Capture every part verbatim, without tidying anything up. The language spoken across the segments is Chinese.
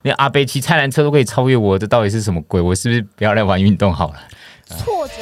连阿贝骑菜篮车都可以超越我，这到底是什么鬼？我是不是不要来玩运动好了？ 挫折。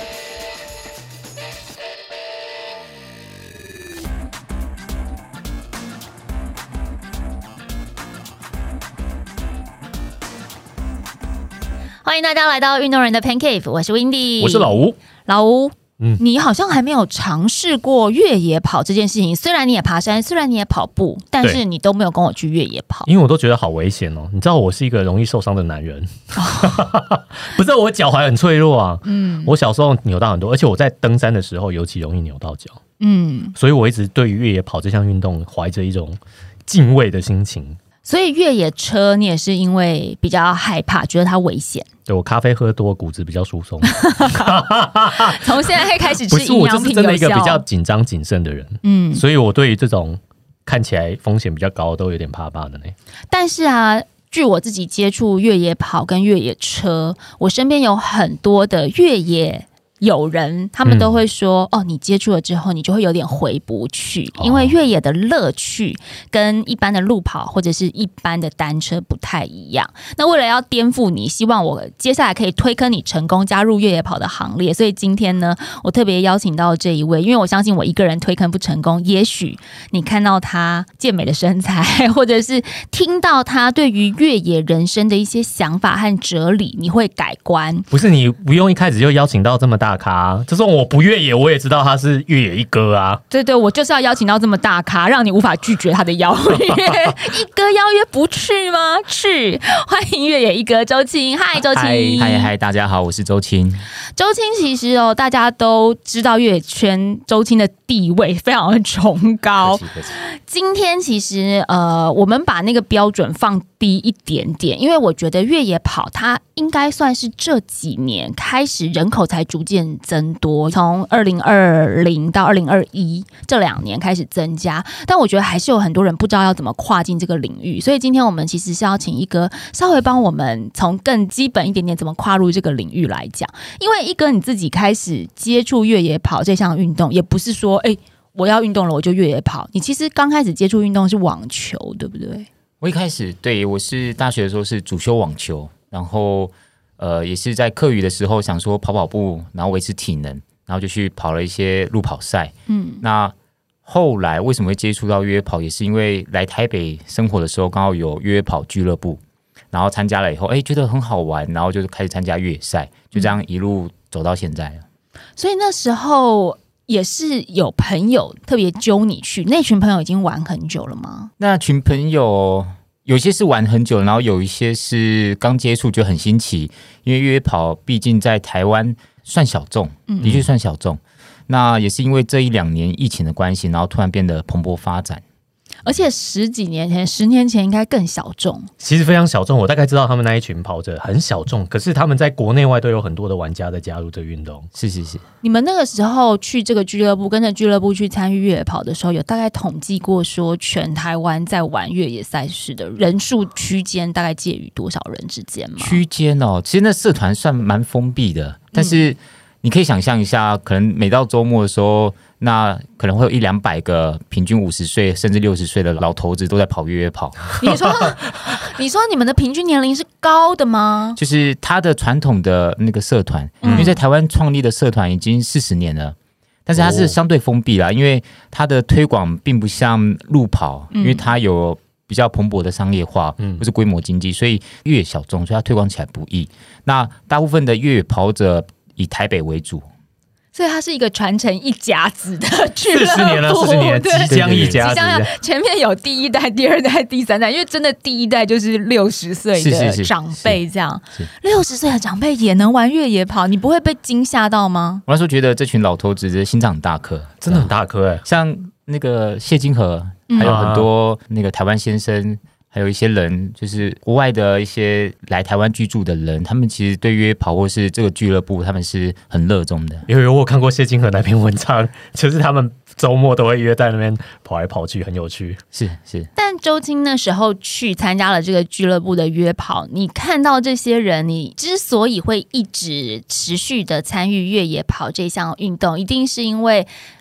欢迎大家来到运动人的 Pan Cave， 我是 Windy， 我是老吴。 老吴，嗯，你好像还没有尝试过越野跑这件事情。虽然你也爬山，虽然你也跑步，但是你都没有跟我去越野跑， 因为我都觉得好危险哦。你知道我是一个容易受伤的男人，不是我脚踝很脆弱啊。嗯，我小时候扭到很多，而且我在登山的时候尤其容易扭到脚。嗯，所以我一直对于越野跑这项运动怀着一种敬畏的心情。 所以越野车你也是因为比较害怕，觉得它危险。 对，我咖啡喝多，骨质比较疏松。 从现在开始吃营养品有效。 不是，我就是真的一个比较紧张谨慎的人。嗯，所以我对于这种看起来风险比较高都有点怕怕的呢。 但是啊，据我自己接触越野跑跟越野车，我身边有很多的越野有人，他们都会说、嗯、哦，你接触了之后你就会有点回不去、哦、因为越野的乐趣跟一般的路跑或者是一般的单车不太一样。那为了要颠覆你，希望我接下来可以推坑你成功加入越野跑的行列，所以今天呢，我特别邀请到这一位，因为我相信我一个人推坑不成功，也许你看到他健美的身材，或者是听到他对于越野人生的一些想法和哲理，你会改观。 不是，你不用一开始就邀请到这么大大咖，就算我不越野，我也知道他是越野一哥啊。 对对，我就是要邀请到这么大咖，让你无法拒绝他的邀约。一哥邀约不去吗？去！欢迎越野一哥周青。嗨，周青。 嗨嗨，大家好，我是周青。 周青其实哦，大家都知道越野圈周青的地位非常的崇高。今天其实呃，我们把那个标准放低一点点，因为我觉得越野跑它应该算是这几年开始人口才逐渐增多，从二零二零到二零二一这两年开始增加，但我觉得还是有很多人不知道要怎么跨进这个领域，所以今天我们其实是要请一哥稍微帮我们从更基本一点点怎么跨入这个领域来讲。因为一哥你自己开始接触越野跑这项运动，也不是说哎、欸、我要运动了我就越野跑，你其实刚开始接触运动是网球，对不对？ 我一开始对我是大学的时候是主修网球，然后呃也是在课余的时候想说跑跑步，然后维持体能，然后就去跑了一些路跑赛。嗯，那后来为什么会接触到越野跑，也是因为来台北生活的时候刚好有越野跑俱乐部，然后参加了以后，哎，觉得很好玩，然后就开始参加越野赛，就这样一路走到现在了。 所以那时候也是有朋友特别揪你去，那群朋友已经玩很久了吗？ 那群朋友有些是玩很久，然后有一些是刚接触就很新奇，因为越野跑毕竟在台湾算小众，的确算小众、嗯、那也是因为这一两年疫情的关系，然后突然变得蓬勃发展。 而且十几年前十年前应该更小众， 其实非常小众。我大概知道他们那一群跑者很小众，可是他们在国内外都有很多的玩家在加入这个运动。 是是是。 你们那个时候去这个俱乐部，跟着俱乐部去参与越野跑的时候，有大概统计过说全台湾在玩越野赛事的人数区间大概介于多少人之间吗？ 区间哦，其实那社团算蛮封闭的，但是你可以想象一下，可能每到周末的时候，那可能会有一两百个平均五十岁甚至六十岁的老头子都在跑越野跑。 你说，你说你们的平均年龄是高的吗？ 就是他的传统的那个社团、嗯，因为在台湾创立的社团已经四十年了，但是它是相对封闭啦，因为它的推广并不像路跑，因为它有比较蓬勃的商业化，或是规模经济，所以越野小众，所以它推广起来不易。那大部分的越野跑者以台北为主。 所以它是一个传承一甲子的俱乐部， 四十年了，四十年即将一甲子。 前面有第一代、第二代、第三代，因为真的第一代就是六十岁的长辈这样，六十岁的长辈也能玩越野跑，你不会被惊吓到吗？ 我那时候觉得这群老头子的心脏很大颗， 真的很大颗哎、欸， 像那个谢金河，还有很多那个台湾先生。还有一些人，就是国外的一些来台湾居住的人，他们其实对越野跑或是这个俱乐部，他们是很热衷的。 有有，我看过谢金河那篇文章，就是他们周末都会约在那边跑来跑去，很有趣。 是是。 但周青那时候去参加了这个俱乐部的约跑，你看到这些人，你之所以会一直持续的参与越野跑这项运动，一定是因为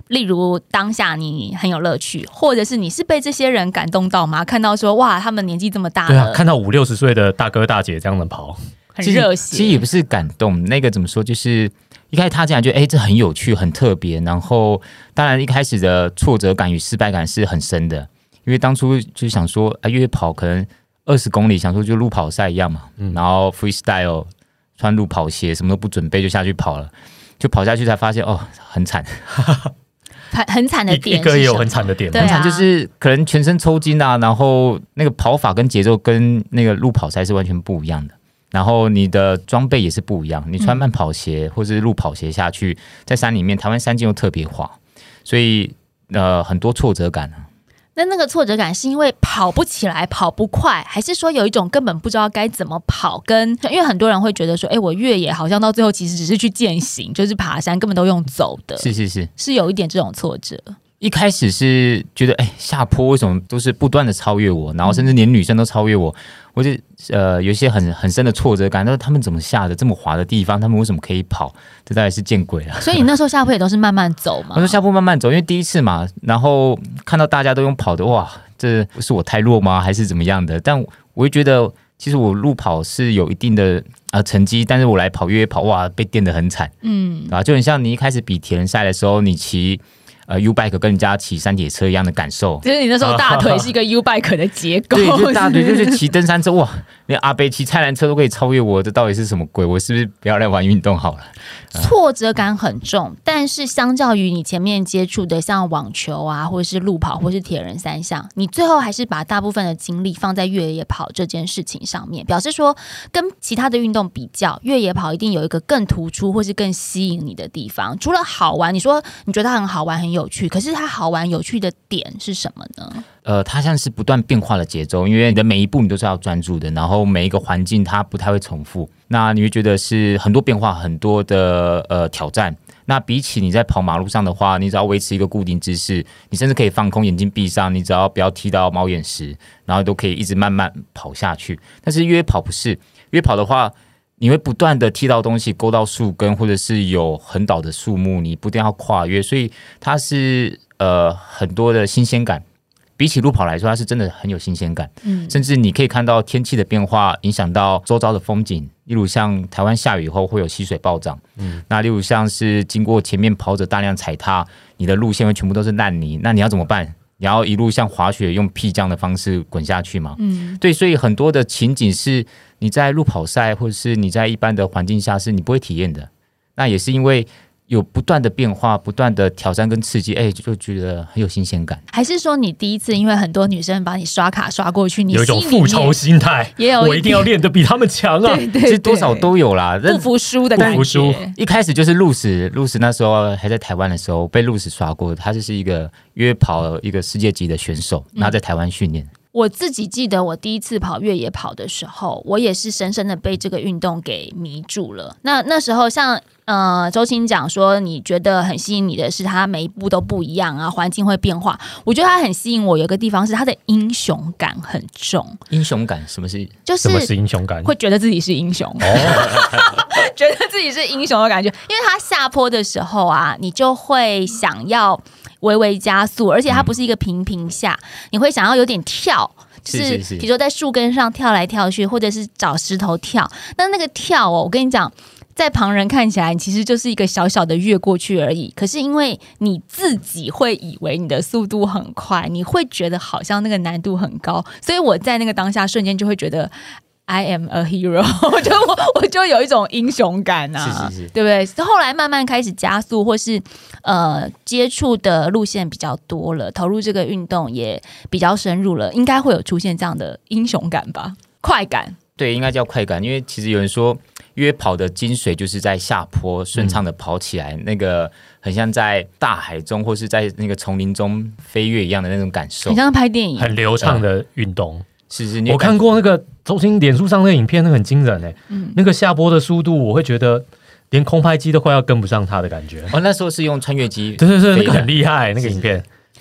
例如当下你很有乐趣，或者是你是被这些人感动到吗？看到说哇，他们年纪这么大了， 对啊，看到五六十岁的大哥大姐这样的跑， 很热血。 其实也不是感动，那个怎么说，就是一开始他这样觉得，哎、欸，这很有趣，很特别。然后当然一开始的挫折感与失败感是很深的，因为当初就想说，啊，越跑可能二十公里，想说就路跑赛一样嘛，嗯、然后 freestyle 穿路跑鞋，什么都不准备就下去跑了，就跑下去才发现，哦，很惨。 很很惨的点， 一个也有很惨的点， 很惨就是可能全身抽筋啊，然后那个跑法跟节奏跟那个路跑赛是完全不一样的，然后你的装备也是不一样，你穿慢跑鞋或是路跑鞋下去，在山里面，台湾山径又特别滑，所以呃很多挫折感啊。 那那个挫折感是因为跑不起来，跑不快，还是说有一种根本不知道该怎么跑？跟因为很多人会觉得说，哎、欸，我越野好像到最后其实只是去健行，就是爬山，根本都用走的。 是是是， 是有一点这种挫折。 一开始是觉得，哎、欸，下坡为什么都是不断的超越我，然后甚至连女生都超越我，我就呃有一些很很深的挫折感。那他们怎么下的这么滑的地方，他们为什么可以跑？这大概是见鬼了。 所以你那时候下坡也都是慢慢走吗？ 我说下坡慢慢走，因为第一次嘛，然后看到大家都用跑的，哇，这是我太弱吗？还是怎么样的？但我会觉得，其实我路跑是有一定的呃成绩，但是我来跑越野跑，哇，被电得很惨，嗯，啊，就很像你一开始比铁人赛的时候，你骑。呃 ，U bike 跟人家骑山铁车一样的感受， 就是你那时候大腿是一个 U bike 的结构， 对，就大腿就是骑登山车，哇，连阿伯骑菜篮车都可以超越我，这到底是什么鬼？我是不是不要来玩运动好了？ 挫折感很重，但是相较于你前面接触的像网球啊，或者是路跑，或是铁人三项，你最后还是把大部分的精力放在越野跑这件事情上面，表示说跟其他的运动比较，越野跑一定有一个更突出或是更吸引你的地方。除了好玩，你说你觉得它很好玩很有趣，可是它好玩有趣的点是什么呢？ 呃，它像是不断变化的节奏，因为你的每一步你都是要专注的，然后每一个环境它不太会重复，那你会觉得是很多变化，很多的呃挑战。那比起你在跑马路上的话，你只要维持一个固定姿势，你甚至可以放空，眼睛闭上，你只要不要踢到猫眼石，然后都可以一直慢慢跑下去。但是越野跑不是，越野跑的话，你会不断的踢到东西，勾到树根，或者是有横倒的树木，你不一定要跨越，所以它是呃很多的新鲜感。比起路跑来说，它是真的很有新鲜感，嗯，甚至你可以看到天气的变化，影响到周遭的风景。例如像台湾下雨以后会有溪水暴涨，嗯，那例如像是经过前面跑者大量踩踏，你的路线会全部都是烂泥，那你要怎么办？你要一路像滑雪用屁降的方式滚下去吗？嗯，对，所以很多的情景是你在路跑赛或者是你在一般的环境下是你不会体验的。那也是因为有不断的变化，不断的挑战跟刺激，哎、欸，就觉得很有新鲜感。 还是说你第一次因为很多女生把你刷卡刷过去，你有一种复仇心态， 也有我一定要练得比他们强啊！ 对对对， 其实多少都有啦， 不服输的感觉。 不服输。 一开始就是路史，路史那时候还在台湾的时候被路史刷过，他就是一个约跑一个世界级的选手，然后在台湾训练。嗯， 我自己记得我第一次跑越野跑的时候，我也是深深的被这个运动给迷住了。那那时候像呃周青讲说，你觉得很吸引你的是它每一步都不一样啊，环境会变化。我觉得它很吸引我，有一个地方是它的英雄感很重。 英雄感什么是？ 就是什么是英雄感？ 会觉得自己是英雄，哦、觉得自己是英雄的感觉。因为它下坡的时候啊，你就会想要微微加速，而且它不是一个平平下，嗯、你会想要有点跳。就是比如说在树根上跳来跳去，或者是找石头跳。那那个跳哦，我跟你讲，在旁人看起来，你其实就是一个小小的越过去而已。可是因为你自己会以为你的速度很快，你会觉得好像那个难度很高，所以我在那个当下瞬间就会觉得。I am a hero， 我就我我就有一种英雄感啊，是是是，对不对？后来慢慢开始加速，或是呃接触的路线比较多了，投入这个运动也比较深入了，应该会有出现这样的英雄感吧？快感， 对，应该叫快感，因为其实有人说，越野跑的精髓就是在下坡顺畅的跑起来，嗯、那个很像在大海中或是在那个丛林中飞跃一样的那种感受， 很像拍电影， 很流畅的运动。 是是， 我看过那个周星脸书上那个影片，那个很惊人哎、欸嗯，那个下坡的速度，我会觉得连空拍机都快要跟不上他的感觉。 哦，那时候是用穿越机， 对对对，那个很厉害，那个影片。对，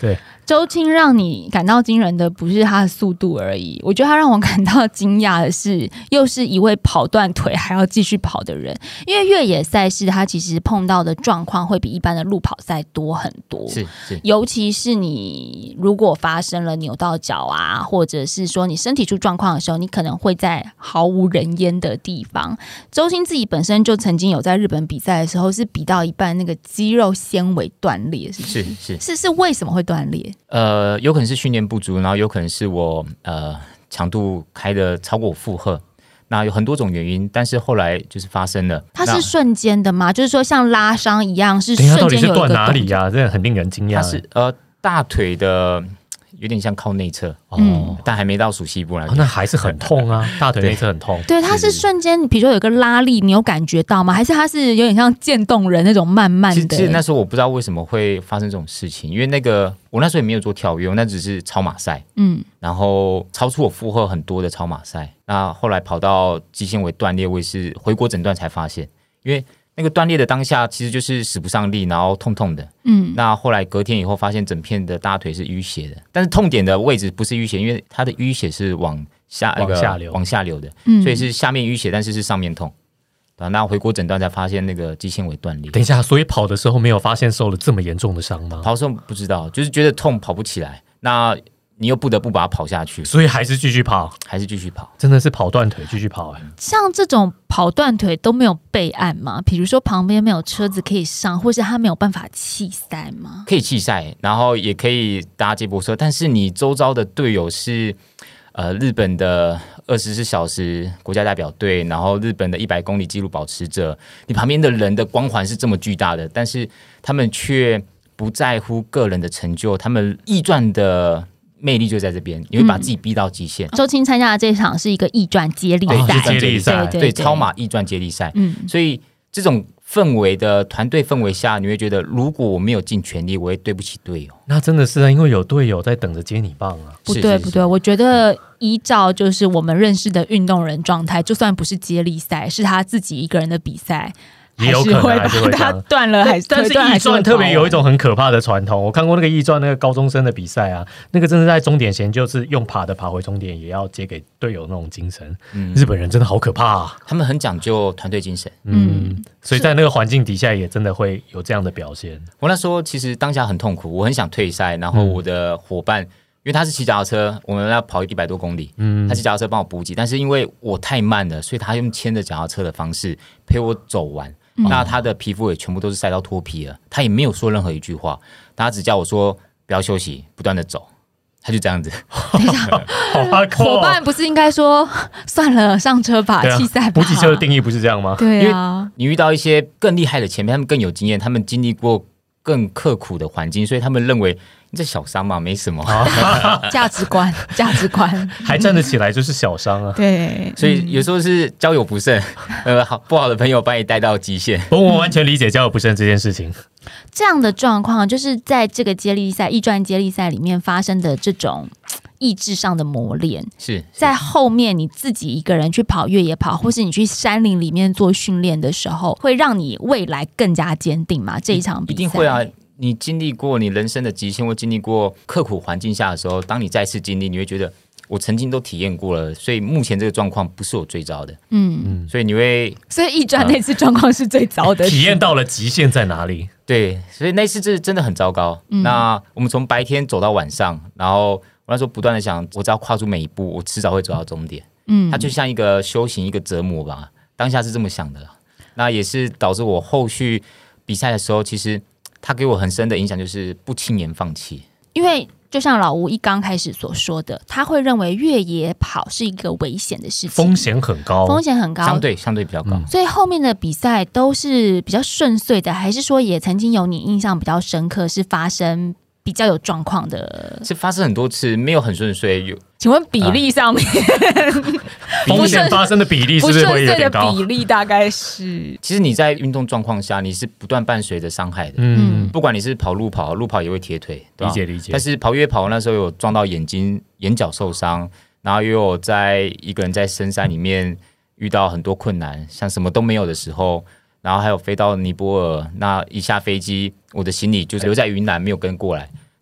周青让你感到惊人的不是他的速度而已，我觉得他让我感到惊讶的是，又是一位跑断腿还要继续跑的人。因为越野赛事，他其实碰到的状况会比一般的路跑赛多很多， 是是， 尤其是你如果发生了扭到脚啊，或者是说你身体出状况的时候，你可能会在毫无人烟的地方。周青自己本身就曾经有在日本比赛的时候，是比到一半那个肌肉纤维断裂，是不是？ 是是是是为什么会断裂？ 呃，有可能是训练不足，然后有可能是我呃强度开的超过我负荷。那有很多种原因，但是后来就是发生了。 它是瞬间的吗？就是说像拉伤一样，是瞬间有一个动作？ 等一下，到底是断哪里啊？真的很令人惊讶。 它是呃大腿的。有点像靠内侧哦，但还没到属膝部来、 哦，那还是很痛啊，大腿内侧很痛。 对，它是瞬间，比如说有个拉力，你有感觉到吗？还是它是有点像渐冻人那种慢慢的？ 其实那时候我不知道为什么会发生这种事情，因为那个我那时候也没有做跳跃，那只是超马赛，嗯，然后超出我负荷很多的超马赛。那后来跑到肌纤维断裂，我也是回国诊断才发现，因为。那个断裂的当下其实就是使不上力，然后痛痛的。嗯，那后来隔天以后发现整片的大腿是淤血的，但是痛点的位置不是淤血，因为它的淤血是往下那个往下流， 往下流的，嗯，所以是下面淤血，但是是上面痛。啊，那回国诊断才发现那个肌纤维断裂。 等一下，所以跑的时候没有发现受了这么严重的伤吗？ 跑的时候不知道，就是觉得痛跑不起来。那你又不得不把它跑下去， 所以还是继续跑， 还是继续跑， 真的是跑断腿继续跑哎、欸。 像这种跑断腿都没有备案吗？比如说旁边没有车子可以上，或是他没有办法弃赛吗？ 可以弃赛，然后也可以搭接驳车，但是你周遭的队友是呃日本的二十四小时国家代表队，然后日本的一百公里纪录保持者，你旁边的人的光环是这么巨大的，但是他们却不在乎个人的成就，他们毅传的。魅力就在这边，你会把自己逼到极限。 嗯、周青参加的这场是一个毅传接力赛， 哦、接力赛， 对，超马毅传接力赛。嗯，所以这种氛围的团队氛围下，你会觉得，如果我没有尽全力，我会对不起队友。 那真的是啊，因为有队友在等着接你棒啊。 不对，不对，我觉得依照就是我们认识的运动人状态，就算不是接力赛，是他自己一个人的比赛。 也有可能还是会把它断了，还是但是毅传特别有一种很可怕的传统。我看过那个毅传那个高中生的比赛啊，那个真的在终点前就是用爬的爬回终点，也要接给队友那种精神。嗯、日本人真的好可怕啊， 他们很讲究团队精神。 嗯，所以在那个环境底下也真的会有这样的表现。 我那时候其实当下很痛苦，我很想退赛，然后我的伙伴。嗯因为他是骑脚踏车，我们要跑一百多公里，嗯，他骑脚踏车帮我补给，但是因为我太慢了，所以他用牵着脚踏车的方式陪我走完。嗯、那他的皮肤也全部都是晒到脱皮了，他也没有说任何一句话，他只叫我说不要休息，不断的走，他就这样子。 等一下，伙伴不是应该说算了，上车吧，弃赛吧？ 补给车的定义不是这样吗？ 对啊， 你遇到一些更厉害的前辈，他们更有经验，他们经历过更刻苦的环境，所以他们认为。这小伤嘛，没什么。 价值观，价值观， 还站得起来就是小伤啊。 对， 所以有时候是交友不慎，呃，好不好的朋友把你带到极限。 我完全理解交友不慎这件事情。 这样的状况，就是在这个接力赛、毅传接力赛里面发生的这种意志上的磨练， 是在后面你自己一个人去跑越野跑，或是你去山林里面做训练的时候，会让你未来更加坚定吗？这一场比赛一定会啊。你经历过你人生的极限，或经历过刻苦环境下的时候，当你再次经历，你会觉得我曾经都体验过了，所以目前这个状况不是我最糟的。嗯，所以你会， 所以毅传那次状况是最糟的， 体验到了极限在哪里？ 对，所以那次是真的很糟糕。嗯、那我们从白天走到晚上，然后我那时候不断的想，我只要跨出每一步，我迟早会走到终点。嗯，它就像一个修行，一个折磨吧。当下是这么想的，那也是导致我后续比赛的时候，其实。他给我很深的影响，就是不轻言放弃。 因为就像老吴一刚开始所说的，他会认为越野跑是一个危险的事情， 风险很高， 风险很高， 相对相对比较高、嗯。 所以后面的比赛都是比较顺遂的，还是说也曾经有你印象比较深刻，是发生比较有状况的？ 是发生很多次，没有很顺遂。有， 请问比例上面， 风险发生的比例是不是会有点高？ 不顺遂的比例大概是， 其实你在运动状况下，你是不断伴随着伤害的。嗯，不管你是跑路跑，路跑也会贴腿，对吧？ 理解理解。 但是跑越野跑那时候有撞到眼睛、眼角受伤，然后又有在一个人在深山里面遇到很多困难，像什么都没有的时候。然后还有飞到尼泊尔，那一下飞机，我的行李就留在云南，没有跟过来。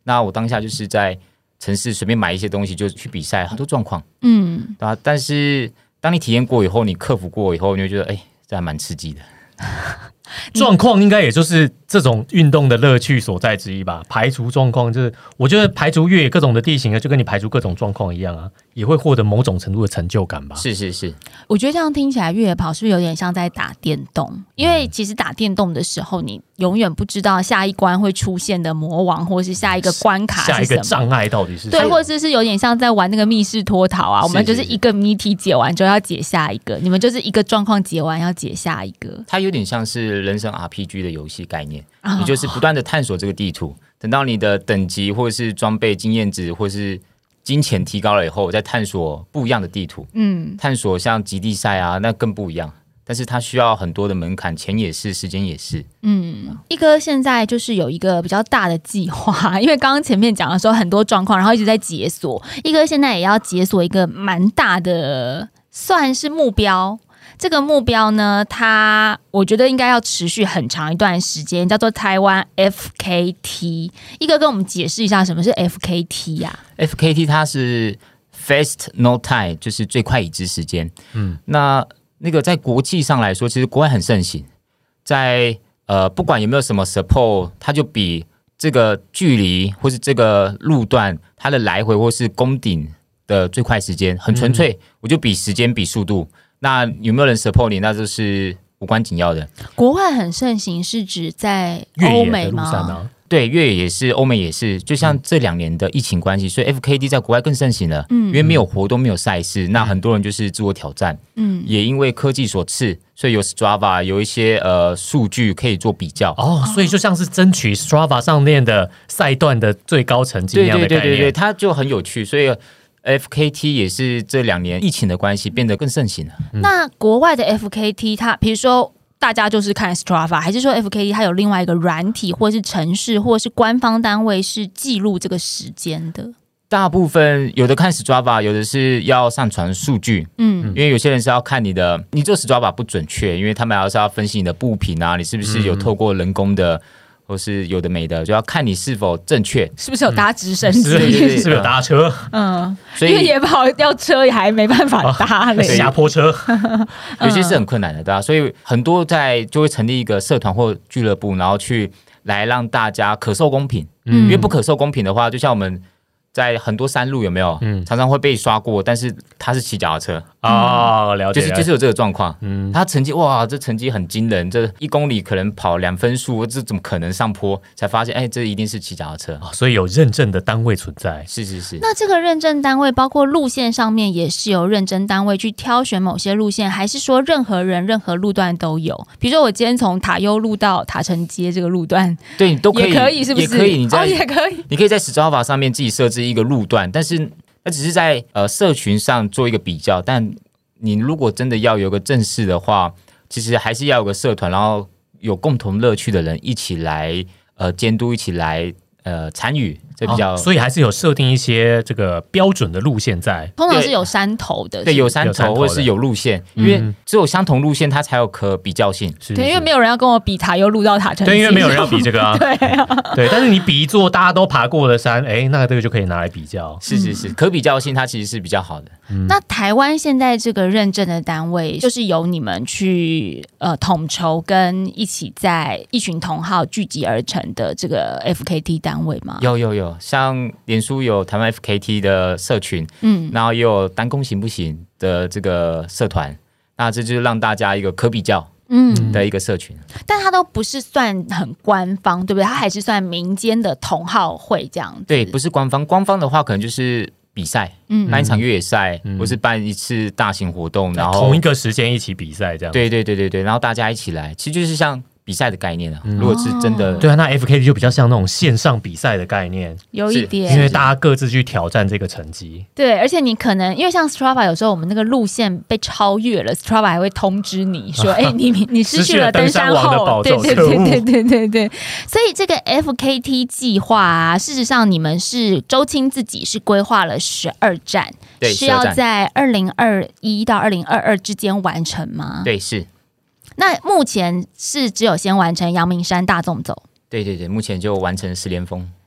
那我当下就是在城市随便买一些东西就去比赛，很多状况，嗯，对吧？但是当你体验过以后，你克服过以后，你会觉得，哎、欸，这还蛮刺激的。 状况应该也就是这种运动的乐趣所在之一吧。排除状况，就是我觉得排除越野各种的地形啊，就跟你排除各种状况一样啊，也会获得某种程度的成就感吧。 是是是， 我觉得这样听起来，越野跑是不是有点像在打电动？因为其实打电动的时候，你永远不知道下一关会出现的魔王，或是下一个关卡是什么， 下一个障碍到底是什么？ 对，或者是有点像在玩那个密室脱逃啊。我们就是一个谜题解完之后要解下一个，你们就是一个状况解完要解下一个。 它有点像是人生 R P G 的游戏概念，哦、你就是不断的探索这个地图，等到你的等级或是装备、经验值或是金钱提高了以后，再探索不一样的地图。嗯，探索像极地赛啊，那更不一样。但是它需要很多的门槛，钱也是，时间也是。嗯， 一哥现在就是有一个比较大的计划，因为刚刚前面讲的时候很多状况，然后一直在解锁。一哥现在也要解锁一个蛮大的，算是目标。这个目标呢，它我觉得应该要持续很长一段时间，叫做台湾 F K T。一哥跟我们解释一下什么是 F K T 呀、啊、 ？F K T 它是 Fast No Time， 就是最快已知时间。嗯，那那个在国际上来说，其实国外很盛行，在呃不管有没有什么 support， 它就比这个距离或是这个路段它的来回或是攻顶的最快时间很纯粹，嗯、我就比时间比速度。那有没有人 support 你？那就是无关紧要的。 国外很盛行，是指在欧美吗？ 对，越野也是，欧美也是。就像这两年的疫情关系，所以 F K T 在国外更盛行了。嗯，因为没有活动，没有赛事，那很多人就是自我挑战。嗯，也因为科技所赐，所以有 Strava 有一些呃数据可以做比较。 哦，所以就像是争取 Strava 上面的赛段的最高成绩那样的概念。对对对对对， 它就很有趣，所以。F K T 也是这两年疫情的关系变得更盛行了。 嗯、那国外的 F K T， 它比如说大家就是看 Strava， 还是说 F K T 它有另外一个软体，或是程式，或是官方单位是记录这个时间的？ 大部分有的看 Strava， 有的是要上传数据。嗯，因为有些人是要看你的，你做 Strava 不准确，因为他们还是要分析你的步频啊，你是不是有透过人工的。或是有的没的，就要看你是否正确， 是不是有搭直升机， 嗯、是不是有搭车？ 嗯，所以越野跑要车也还没办法搭嘞， 下坡车有些是很困难的，对吧？所以很多在就会成立一个社团或俱乐部，然后去来让大家可受公平。嗯，因为不可受公平的话，就像我们在很多山路有没有，嗯、常常会被刷过，但是他是骑脚踏车哦，了解， 就是就是有这个状况。嗯，他成绩哇，这成绩很惊人，这一公里可能跑两分数，这怎么可能上坡？才发现，哎，这一定是骑脚踏车、 哦，所以有认证的单位存在。 是是是。 那这个认证单位包括路线上面也是有认证单位去挑选某些路线，还是说任何人任何路段都有？比如说我今天从塔悠路到塔城街这个路段， 对你都可以， 也可以，是不是？ 也可以，你在、 哦、也可以， 你可以在 Strava 上面自己设置一个路段，但是那只是在呃社群上做一个比较，但你如果真的要有个正式的话，其实还是要有个社团，然后有共同乐趣的人一起来呃监督，一起来呃参与，这比较、 哦，所以还是有设定一些这个标准的路线在， 通常是有山头的， 对，有山头或者是有路线，因为只有相同路线它才有可比较性。 是对，因为没有人要跟我比塔悠路到塔城， 对，因为没有人要比这个啊， 对啊， 对，但是你比一座大家都爬过的山，哎，那这个就可以拿来比较， 是是是，可比较性它其实是比较好的。 嗯、那台湾现在这个认证的单位，就是由你们去呃统筹跟一起在一群同好聚集而成的这个 F K T 单位吗？ 有有有，像脸书有台湾 F K T 的社群，嗯，然后也有单攻行不行的这个社团，那这就是让大家一个可比较。嗯的一个社群， 但它都不是算很官方，对不对？它还是算民间的同好会这样子。 对，不是官方。官方的话，可能就是比赛，嗯，办一场越野赛，嗯、或是办一次大型活动，然后同一个时间一起比赛这样。 对对对对对，然后大家一起来，其实就是像比赛的概念啊。嗯、如果是真的， 对啊，那 F K T 就比较像那种线上比赛的概念， 有一点， 因为大家各自去挑战这个成绩。 对，而且你可能因为像 Strava 有时候我们那个路线被超越了 ，Strava 还会通知你说，哎、欸，你你失去了登山后，对对对对对对对。所以这个 F K T 计划啊，事实上你们是周青自己是规划了十二站， 对， 是要在二零二一到二零二二之间完成吗？ 对，是。 那目前是只有先完成阳明山大纵走， 对对对，目前就完成十连峰。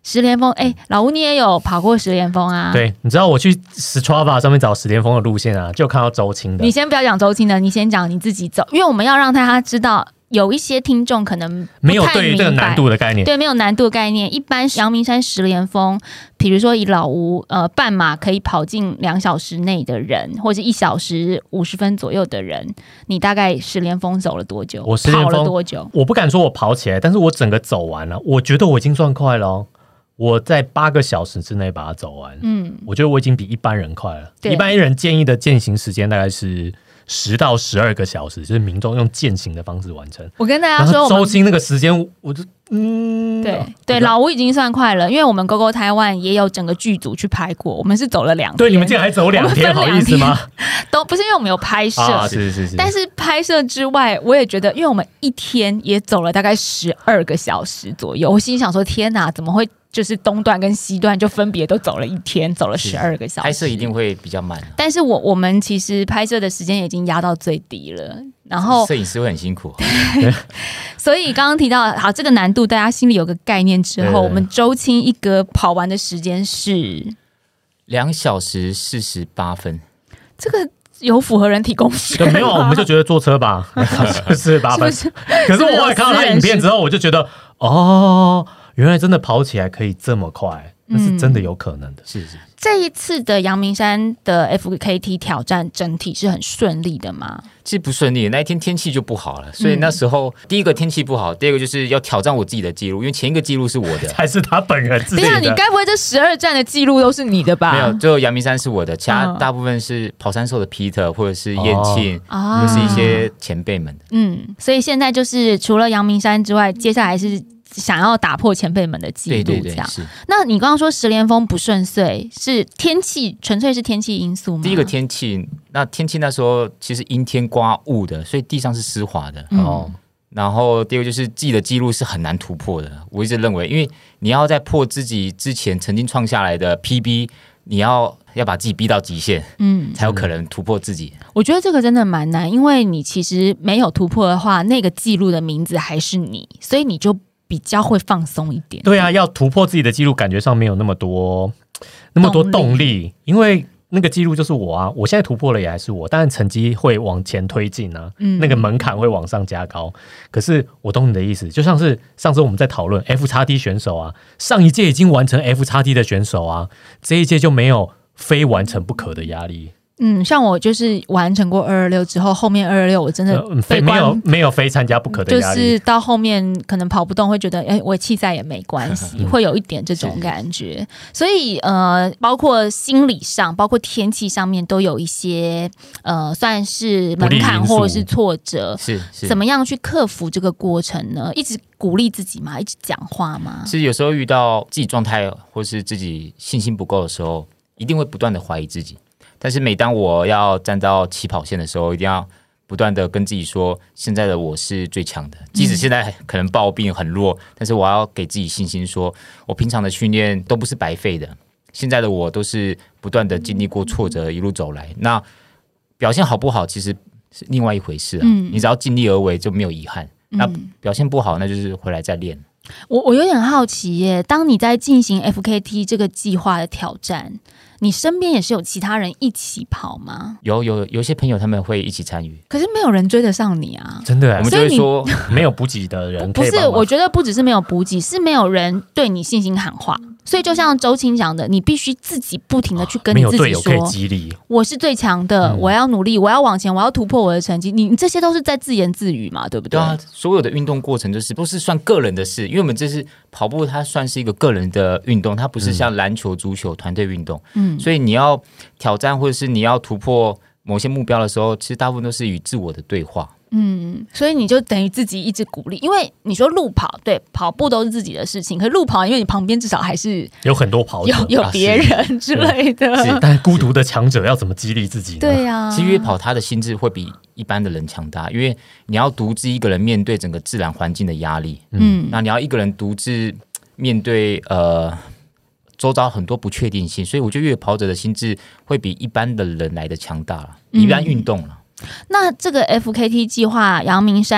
十连峰，哎、欸，老吴你也有跑过十连峰啊？ 对，你知道我去 Strava 上面找十连峰的路线啊，就看到周青的。 你先不要讲周青的，你先讲你自己走，因为我们要让大家知道。有一些听众可能没有对于这个难度的概念， 对，没有难度的概念。一般阳明山十连峰，比如说以老吴呃半马可以跑进两小时内的人，或者一小时五十分左右的人，你大概十连峰走了多久？ 我十连峰跑了多久？ 我不敢说我跑起来，但是我整个走完了，我觉得我已经算快了、哦。我在八个小时之内把它走完，嗯，我觉得我已经比一般人快了。一般人建议的健行时间大概是十到十二个小时，就是民众用健行的方式完成。 我跟大家说， 周青那个时间，我就嗯， 对对，老吴已经算快了，因为我们 Go Go 台湾也有整个剧组去拍过，我们是走了两天。 对，你们竟然还走两天，好意思吗？ 都不是因为我们有拍摄、 啊，是是是。 但是拍摄之外，我也觉得，因为我们一天也走了大概十二个小时左右，我心想说：天哪，怎么会？就是东段跟西段就分别都走了一天，走了十二个小时。 拍摄一定会比较慢、啊， 但是我我们其实拍摄的时间已经压到最低了，然后摄影师会很辛苦。 所以刚刚提到，好，这个难度大家心里有个概念之后，我们周青一哥跑完的时间是两小时四十八分， 这个。有符合人体工学没有，我们就觉得坐车吧，四十八分。是可是我后来看到他影片之后，我就觉得，哦，原来真的跑起来可以这么快，那是真的有可能的。 是是。 这一次的阳明山的 F K T 挑战整体是很顺利的吗？ 其实不顺利，那一天天气就不好了，所以那时候、嗯、第一个天气不好，第二个就是要挑战我自己的记录，因为前一个记录是我的， 还是他本人自己的。 对啊，你该不会这十二站的记录都是你的吧？ 没有，只有阳明山是我的，其他大部分是跑山兽的 Peter 或者是燕庆，哦、或者是一些前辈们的。 嗯，所以现在就是除了阳明山之外，接下来是。想要打破前辈们的记录，这样。对对对，是。那你刚刚说十连峰不顺遂，是天气，纯粹是天气因素吗？ 第一个天气，那天气那时候其实阴天刮雾的，所以地上是湿滑的。嗯、哦。然后第二个就是自己的记录是很难突破的。我一直认为，因为你要在破自己之前曾经创下来的 P B， 你要要把自己逼到极限，嗯，才有可能突破自己。 我觉得这个真的蛮难，因为你其实没有突破的话，那个记录的名字还是你，所以你就。比较会放松一点。 对啊，要突破自己的记录，感觉上没有那么多那么多动力，因为那个记录就是我啊，我现在突破了也还是我，当然成绩会往前推进啊，嗯、那个门槛会往上加高。可是我懂你的意思，就像是上次我们在讨论 F X T 选手啊，上一届已经完成 F X T 的选手啊，这一届就没有非完成不可的压力。 嗯，像我就是完成过二二六之后，后面二二六我真的非没有没有非参加不可的压力， 就是到后面可能跑不动，会觉得哎，我弃赛也没关系，会有一点这种感觉。所以呃，包括心理上，包括天气上面，都有一些呃，算是门槛或者是挫折， 是是怎么样去克服这个过程呢？一直鼓励自己嘛，一直讲话嘛。 其实有时候遇到自己状态或是自己信心不够的时候，一定会不断的怀疑自己。但是每当我要站到起跑线的时候，一定要不断的跟自己说，现在的我是最强的。即使现在可能抱病很弱，但是我要给自己信心说，我平常的训练都不是白费的。现在的我都是不断的经历过挫折一路走来。那表现好不好其实是另外一回事啊。嗯、你只要尽力而为就没有遗憾。嗯、那表现不好那就是回来再练。 我我有点好奇耶，当你在进行 F K T 这个计划的挑战，你身边也是有其他人一起跑吗？ 有有有些朋友他们会一起参与， 可是没有人追得上你啊！ 真的、啊， 我们就会说没有补给的人不是，我觉得不只是没有补给，是没有人对你信心喊话。所以就像周青讲的，你必须自己不停的去跟你自己说， 没有队友可以激励， 我是最强的、嗯，我要努力，我要往前，我要突破我的成绩。你这些都是在自言自语嘛，对不对？ 对啊，所有的运动过程就是都是算个人的事，因为我们这是跑步，它算是一个个人的运动，它不是像篮球、足球团队运动。嗯，所以你要挑战或者是你要突破某些目标的时候，其实大部分都是与自我的对话。 嗯，所以你就等于自己一直鼓励，因为你说路跑，对，跑步都是自己的事情，可是路跑，因为你旁边至少还是有很多跑者， 有有别人之类的。 啊、是，但孤独的强者要怎么激励自己呢？ 对呀、啊， 其实越野跑他的心智会比一般的人强大，因为你要独自一个人面对整个自然环境的压力，嗯，那你要一个人独自面对呃周遭很多不确定性，所以我觉得越野跑者的心智会比一般的人来的强大了，一般运动了。 那这个 F K T 计划阳明山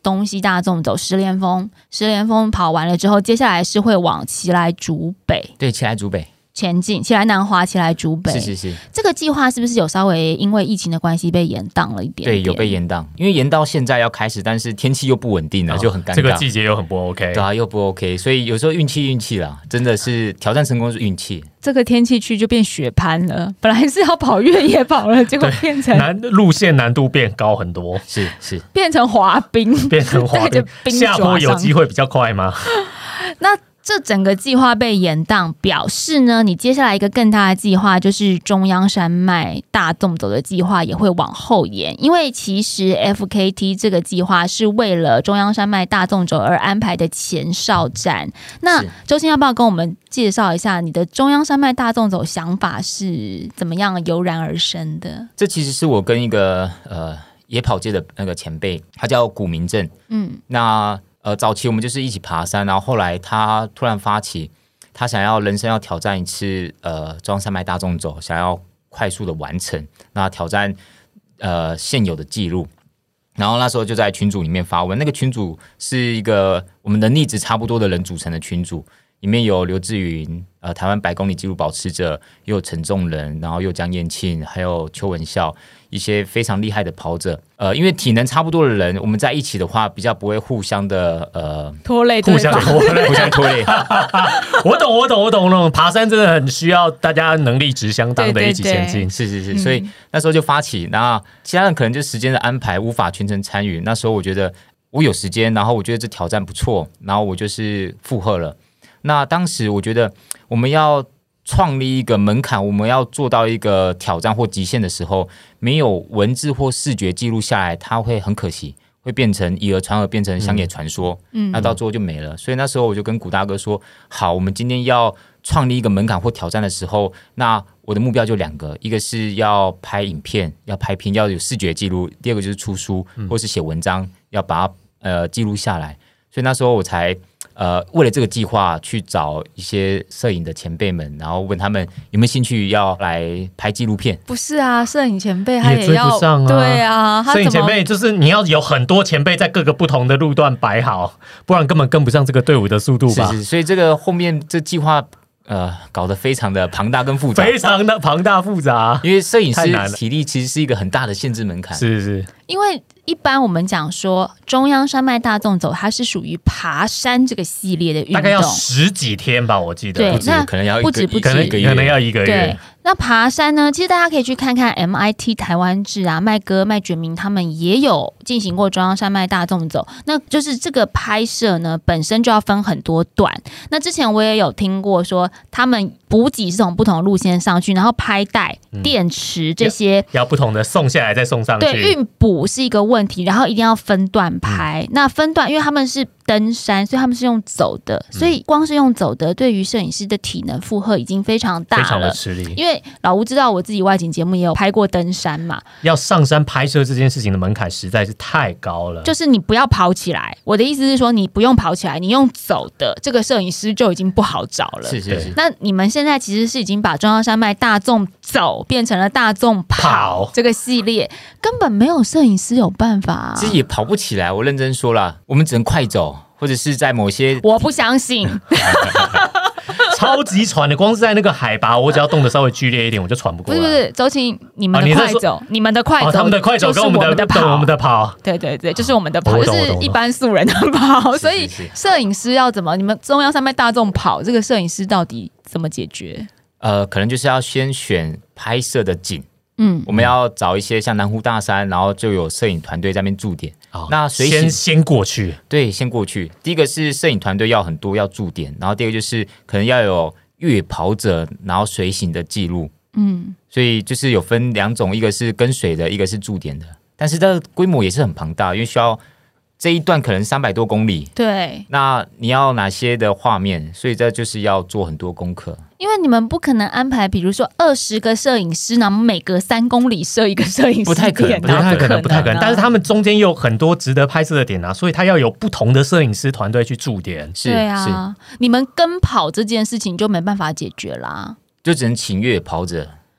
东西大纵走十连峰，十连峰跑完了之后，接下来是会往奇莱竹北， 对，奇莱竹北前进，奇莱南华，奇莱竹北， 是是是。 这个计划是不是有稍微因为疫情的关系被延宕了一点点？ 对，有被延宕，因为延到现在要开始，但是天气又不稳定了，哦、就很尴尬。 这个季节又很不 OK， 对啊，又不 OK， 所以有时候运气运气啦，真的是挑战成功是运气。 这个天气去就变雪攀了，本来是要跑越野跑了，结果变成难路线难度变高很多， 是是， 变成滑冰， 变成滑冰，下坡有机会比较快吗？ 那这整个计划被延宕，表示呢，你接下来一个更大的计划就是中央山脉大纵走的计划也会往后延，因为其实 F K T 这个计划是为了中央山脉大纵走而安排的前哨站。那周青要不要跟我们介绍一下你的中央山脉大纵走想法是怎么样油然而生的？ 这其实是我跟一个呃野跑界的那个前辈，他叫古明正，嗯，那。呃，早期我们就是一起爬山，然后后来他突然发起，他想要人生要挑战一次呃中央山脉大纵走，想要快速的完成，那挑战呃现有的记录。然后那时候就在群组里面发文，那个群组是一个我们能力值差不多的人组成的群组，里面有刘志云，呃，台湾百公里纪录保持者，又有陈仲仁，然后又江燕庆，还有邱文孝，一些非常厉害的跑者。呃，因为体能差不多的人，我们在一起的话，比较不会互相的呃拖累， 互相拖累， 互相拖累。 我懂，我懂，我懂，我懂。爬山真的很需要大家能力值相当的一起前进。 对对对，是是是，所以那时候就发起，那其他人可能就时间的安排无法全程参与。那时候我觉得我有时间，然后我觉得这挑战不错，然后我就是附和了。那当时我觉得我们要创立一个门槛，我们要做到一个挑战或极限的时候，没有文字或视觉记录下来，它会很可惜，会变成以讹传讹，变成乡野传说，嗯，那到最后就没了。所以那时候我就跟古大哥说，好，我们今天要创立一个门槛或挑战的时候，那我的目标就两个，一个是要拍影片，要拍片，要有视觉记录；第二个就是出书或是写文章，要把它呃记录下来。所以那时候我才。呃，为了这个计划去找一些摄影的前辈们，然后问他们有没有兴趣要来拍纪录片。 不是啊，摄影前辈他也要， 也追不上啊。 对啊， 摄影前辈就是你要有很多前辈在各个不同的路段摆好，不然根本跟不上这个队伍的速度吧。 是是，所以这个后面这计划呃搞得非常的庞大跟复杂， 非常的庞大复杂。 因为摄影师体力其实是一个很大的限制门槛。 是是， 因为。一般我们讲说中央山脉大纵走，它是属于爬山这个系列的运动， 大概要十几天吧，我记得。 对， 不止那可能要一个不止不止可能可能要一个月。 对，那爬山呢，其实大家可以去看看 M I T 台湾志啊，麦哥、麦觉明他们也有进行过中央山脉大纵走。那就是这个拍摄呢，本身就要分很多段。那之前我也有听过说，他们补给是从不同的路线上去，然后拍带、嗯、电池这些要, 要不同的送下来再送上去。 对，运补是一个问题，然后一定要分段拍。嗯、那分段，因为他们是登山，所以他们是用走的，嗯、所以光是用走的，对于摄影师的体能负荷已经非常大了， 非常的吃力。 因为老吴知道，我自己外景节目也有拍过登山嘛， 要上山拍摄这件事情的门槛实在是太高了。 就是你不要跑起来，我的意思是说，你不用跑起来，你用走的，这个摄影师就已经不好找了。 是是是。 那你们现在其实是已经把中央山脉大纵走变成了大纵跑, 跑这个系列，根本没有摄影师有办法、啊。 其实也跑不起来，我认真说啦，我们只能快走，或者是在某些…… 我不相信。 超级喘的，光是在那个海拔，我只要动得稍微剧烈一点，我就喘不过来。 不是不是，周青，你们的快走，哦、你, 你们的快走、哦， 他们的快走跟我们的跑， 我们的跑， 对对对，就是我们的跑，就是一般素人的跑。所以摄影师要怎么？你们中央山脉大纵跑，这个摄影师到底怎么解决？ 呃，可能就是要先选拍摄的景。嗯，我们要找一些像南湖大山，然后就有摄影团队在那边驻点。哦、那随先先过去， 对，先过去。第一个是摄影团队要很多，要驻点，然后第二个就是可能要有越野跑者，然后随行的记录。嗯，所以就是有分两种，一个是跟随的，一个是驻点的。但是它的规模也是很庞大，因为需要这一段可能三百多公里。 对， 那你要哪些的画面？所以这就是要做很多功课。 因为你们不可能安排，比如说二十个摄影师，然后每隔三公里设一个摄影师， 不太可能， 不太可能，不太可能。但是他们中间有很多值得拍摄的点啊，所以他要有不同的摄影师团队去驻点。 是， 对啊，你们跟跑这件事情就没办法解决啦， 就只能请越野跑者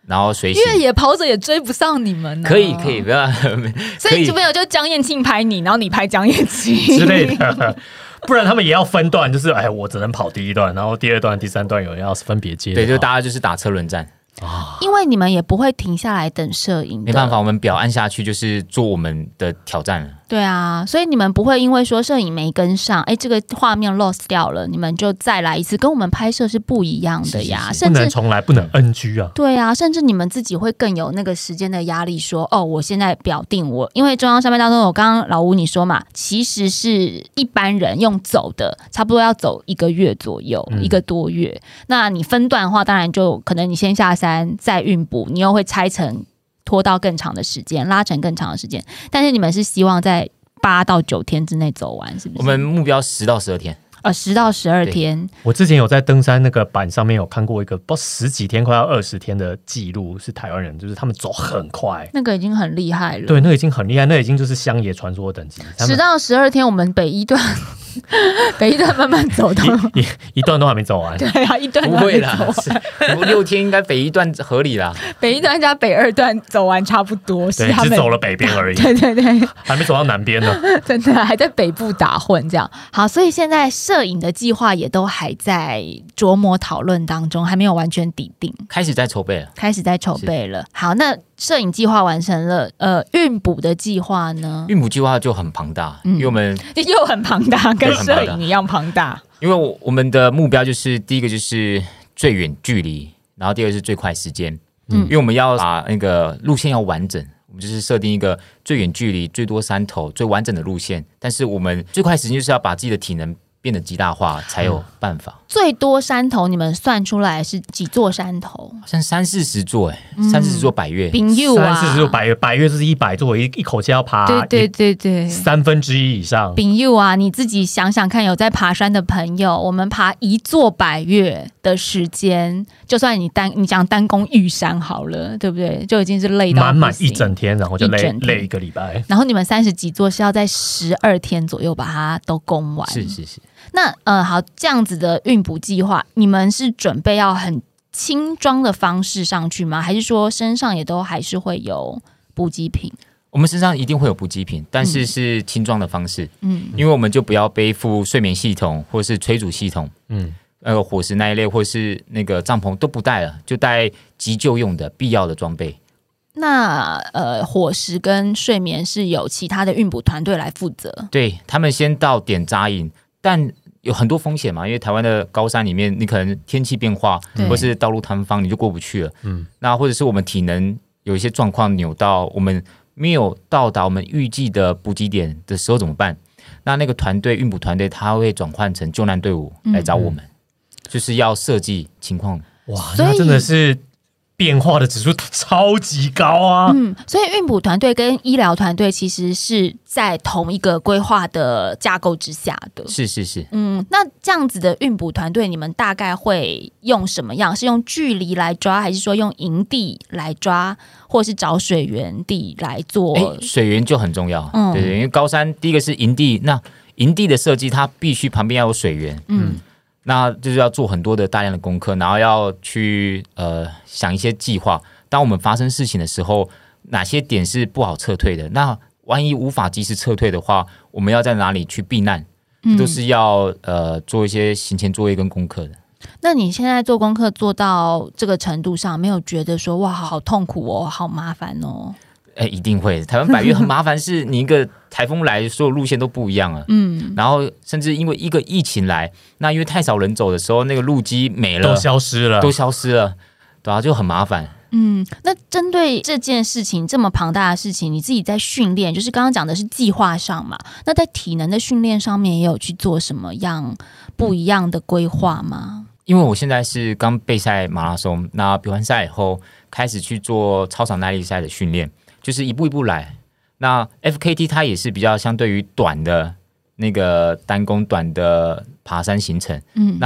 然后随行。 越野跑者也追不上你们、啊， 可以可以，不要。 所以就没有就江燕庆拍你，然后你拍江燕庆之类的。不然他们也要分段，就是哎，我只能跑第一段，然后第二段、第三段有人要分别接。 对，就大家就是打车轮战。 因为你们也不会停下来等摄影， 没办法，我们表按下去就是做我们的挑战了。 对啊，所以你们不会因为说摄影没跟上，哎，这个画面 lost 掉了，你们就再来一次，跟我们拍摄是不一样的呀。 是是是，不能重来，不能 N G 啊。 对啊，甚至你们自己会更有那个时间的压力说，哦，我现在表定我，因为中央山脉大通，我刚刚老吴你说嘛，其实是一般人用走的，差不多要走一个月左右，嗯、一个多月。那你分段的话，当然就可能你先下山再运补，你又会拆成拖到更长的时间，拉成更长的时间。但是你们是希望在八到九天之内走完，是不是？ 我们目标十到十二天。 呃，十到十二天。 我之前有在登山那个板上面有看过一个，不知道十几天快要二十天的记录，是台湾人，就是他们走很快， 那个已经很厉害了。 对，那个已经很厉害，那个已经就是乡野传说的等级。 十到十二天，我们北一段，北一段慢慢走到一, 一, 一段都还没走完。 对啊，一段都不会啦，我六天应该北一段合理啦。 北一段加北二段走完差不多， 对，只走了北边而已。 对对对， 还没走到南边呢。 真的还在北部打混这样。好，所以现在摄影的计划也都还在琢磨讨论当中，还没有完全底定， 开始在筹备了， 开始在筹备了。好，那摄影计划完成了，呃，运补的计划呢？ 运补计划就很庞大，嗯、因为我们又很庞大，跟摄影一样庞大。 因为我们的目标就是第一个就是最远距离，然后第二个是最快时间。嗯，因为我们要把那个路线要完整。我们就是设定一个最远距离、最多山头、最完整的路线，但是我们最快时间就是要把自己的体能变得极大化，才有办法。嗯、 最多山头，你们算出来是几座山头？ 好像三四十座哎、欸，三四十座百岳， 朋友啊， 三四十座百岳，百岳就是一百座，一一口气要爬， 对对对对， 三分之一以上。 朋友啊，你自己想想看，有在爬山的朋友，我们爬一座百岳的时间，就算你单你讲单攻玉山好了，对不对？就已经是累到满满一整天，然后就累累一个礼拜。 然后你们三十几座是要在十二天左右把它都攻完， 是是是。 那呃，好，这样子的运补计划，你们是准备要很轻装的方式上去吗？还是说身上也都还是会有补给品？ 我们身上一定会有补给品，但是是轻装的方式。嗯，因为我们就不要背负睡眠系统或是催煮系统，嗯，呃，伙食那一类或是那个帐篷都不带了，就带急救用的必要的装备。 那呃，伙食跟睡眠是由其他的运补团队来负责， 对他们先到点扎营。但有很多风险嘛，因为台湾的高山里面，你可能天气变化，或是道路坍方，你就过不去了。嗯，那或者是我们体能有一些状况扭到，我们没有到达我们预计的补给点的时候怎么办？那那个团队运补团队他会转换成救难队伍来找我们，嗯、就是要设计情况。 哇，那真的是变化的指数超级高啊！ 嗯，所以运补团队跟医疗团队其实是在同一个规划的架构之下的。 是是是。 嗯，那这样子的运补团队，你们大概会用什么样？是用距离来抓，还是说用营地来抓，或是找水源地来做？ 欸、水源就很重要。嗯，对对，因为高山第一个是营地，那营地的设计它必须旁边要有水源。嗯。那就是要做很多的大量的功课，然后要去呃想一些计划。当我们发生事情的时候，哪些点是不好撤退的？那万一无法及时撤退的话，我们要在哪里去避难？嗯、都是要呃做一些行前作业跟功课的。 那你现在做功课做到这个程度上，没有觉得说哇好痛苦哦，好麻烦哦？ 哎、欸，一定会。台湾百岳很麻烦，是你一个台风来，所有路线都不一样了。嗯，然后甚至因为一个疫情来，那因为太少人走的时候，那个路基没了， 都消失了， 都消失了，对啊，就很麻烦。 嗯，那针对这件事情这么庞大的事情，你自己在训练，就是刚刚讲的是计划上嘛？那在体能的训练上面也有去做什么样不一样的规划吗？ 因为我现在是刚备赛马拉松，那比完赛以后开始去做超长耐力赛的训练。就是一步一步来。那 F K T 它也是比较相对于短的那个单攻短的爬山行程。嗯，那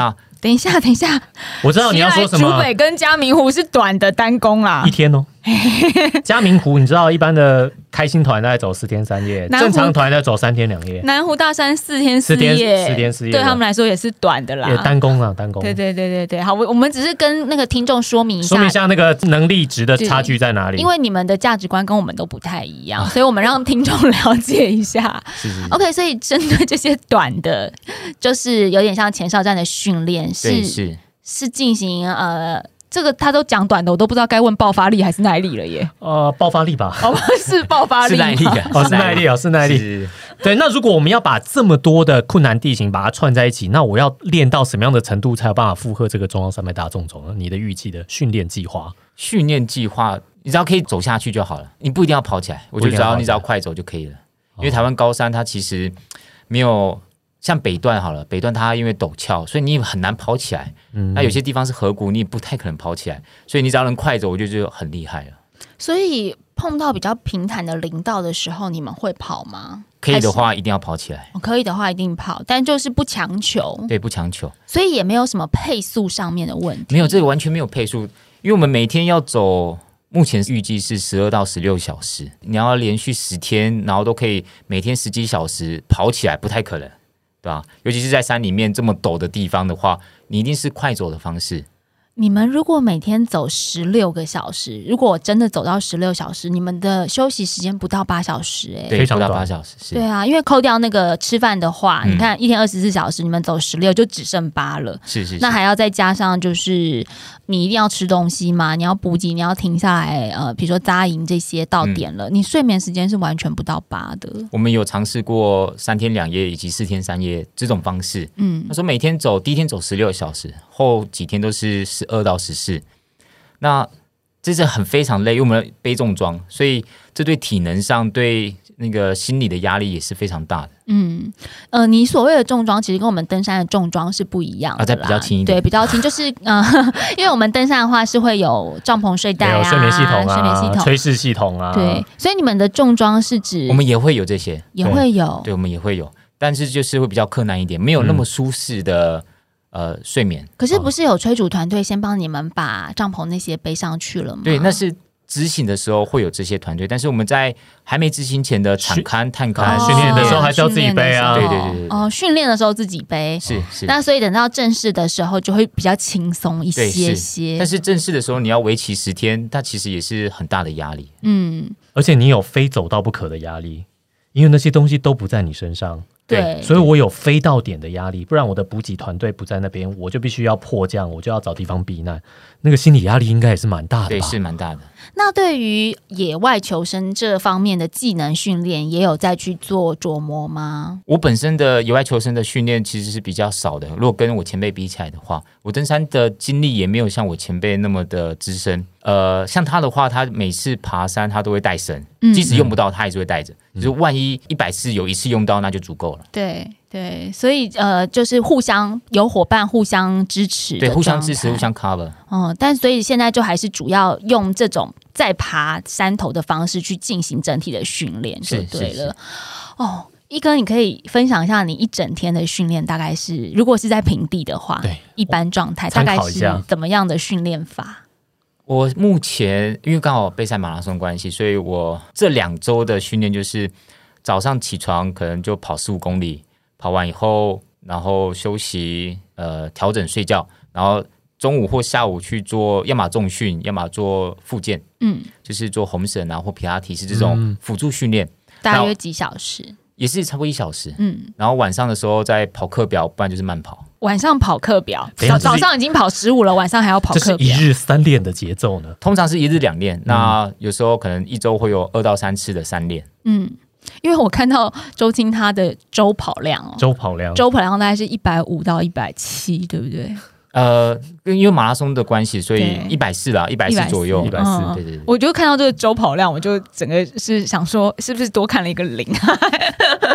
等一下，等一下， 我知道你要说什么。 竹北跟嘉明湖是短的单攻啦， 一天哦。嘉明湖你知道一般的开心团大概走四天三夜，正常团在走三天两夜。 南湖大山四天四夜， 四天四夜， 对他们来说也是短的啦。 也单攻啊，单攻。 对对对对对，好，我我们只是跟那个听众说明一下， 说明一下那个能力值的差距在哪里。 因为你们的价值观跟我们都不太一样，所以我们让听众了解一下。 是是是 OK， 所以针对这些短的，就是有点像前哨站的训练，是是是进行呃。这个他都讲短的，我都不知道该问爆发力还是耐力了耶。 呃，爆发力吧， 哦，是爆发力， 是耐力啊， 哦，是耐力哦，是耐力。对，那如果我们要把这么多的困难地形把它串在一起，那我要练到什么样的程度才有办法负荷这个中央山脉大纵走呢？你的预计的训练计划？ 训练计划，你只要可以走下去就好了，你不一定要跑起来。我觉得只要你只要快走就可以了，因为台湾高山它其实没有。像北段好了，北段它因为陡峭，所以你很难跑起来。嗯、那有些地方是河谷，你也不太可能跑起来，所以你只要能快走，我觉得就很厉害了。 所以碰到比较平坦的林道的时候，你们会跑吗？ 可以的话，一定要跑起来。 可以的话，一定跑，但就是不强求。 对，不强求。 所以也没有什么配速上面的问题。 没有，这个完全没有配速，因为我们每天要走。目前预计是十二到十六小时，你要连续十天，然后都可以每天十几小时跑起来，不太可能。对吧？尤其是在山里面这么陡的地方的话，你一定是快走的方式。 你们如果每天走十六个小时，如果真的走到十六小时，你们的休息时间不到八小时、欸，哎， 对，不到八小时，是。 对啊，因为扣掉那个吃饭的话，嗯、你看一天二十四小时，你们走十六就只剩八了， 是 是, 是。 那还要再加上就是你一定要吃东西嘛，你要补给，你要停下来，呃，比如说扎营这些到点了，嗯、你睡眠时间是完全不到八的。 我们有尝试过三天两夜以及四天三夜这种方式，嗯，他说每天走，第一天走十六小时，后几天都是十二到十四。那这是很非常累，因为我们背重装，所以这对体能上、对那个心理的压力也是非常大的。 嗯，呃，你所谓的重装其实跟我们登山的重装是不一样的啦， 啊，再比较轻一点， 对，比较轻，就是呃，因为我们登山的话是会有帐篷睡袋啊、 有睡眠系统啊、 睡眠系统、 炊事系统啊， 对，所以你们的重装是指我们也会有这些， 也会有， 对，我们也会有，但是就是会比较困难一点，没有那么舒适的。嗯呃，睡眠。 可是不是有催煮团队先帮你们把帐篷那些背上去了吗？ 对，那是执行的时候会有这些团队，但是我们在还没执行前的场勘、探勘、 训练的时候还是要自己背啊。 对对对对。 哦，训练的时候自己背， 是是。 那所以等到正式的时候就会比较轻松一些些。 但是正式的时候你要为期十天，它其实也是很大的压力。 嗯， 而且你有非走到不可的压力，因为那些东西都不在你身上。 对， 所以我有飞到点的压力，不然我的补给团队不在那边，我就必须要迫降，我就要找地方避难，那个心理压力应该也是蛮大的吧？ 对，是蛮大的。 那对于野外求生这方面的技能训练，也有再去做琢磨吗？ 我本身的野外求生的训练其实是比较少的，如果跟我前辈比起来的话，我登山的经历也没有像我前辈那么的资深。呃，像他的话，他每次爬山他都会带绳，嗯、即使用不到，他还是会带着。嗯、就是万一一百次有一次用到，那就足够了。 对对，所以呃，就是互相有伙伴互相支持， 对，互相支持，互相 cover。 嗯，但所以现在就还是主要用这种再爬山头的方式去进行整体的训练，就对了。哦。一哥，你可以分享一下你一整天的训练大概是，如果是在平地的话， 对， 一般状态大概是怎么样的训练法？ 我目前因为刚好备赛马拉松关系，所以我这两周的训练就是早上起床可能就跑十五公里，跑完以后然后休息，呃，调整睡觉，然后中午或下午去做要么重训，要么做复健，嗯，就是做红绳啊或皮拉提是这种辅助训练， 大约几小时？ 也是差不多一小时，嗯，然后晚上的时候再跑课表，不然就是慢跑。 晚上跑课表，早早上已经跑十五了，晚上还要跑课表， 这是一日三练的节奏呢？ 通常是一日两练，嗯、那有时候可能一周会有二到三次的三练。 嗯，因为我看到周青他的周跑量哦， 周跑量， 周跑量大概是一百五到一百七，对不对？ 呃，因为马拉松的关系，所以一百四啦，一百四左右，一百四，对对对。 我就看到这个周跑量，我就整个是想说，是不是多看了一个零？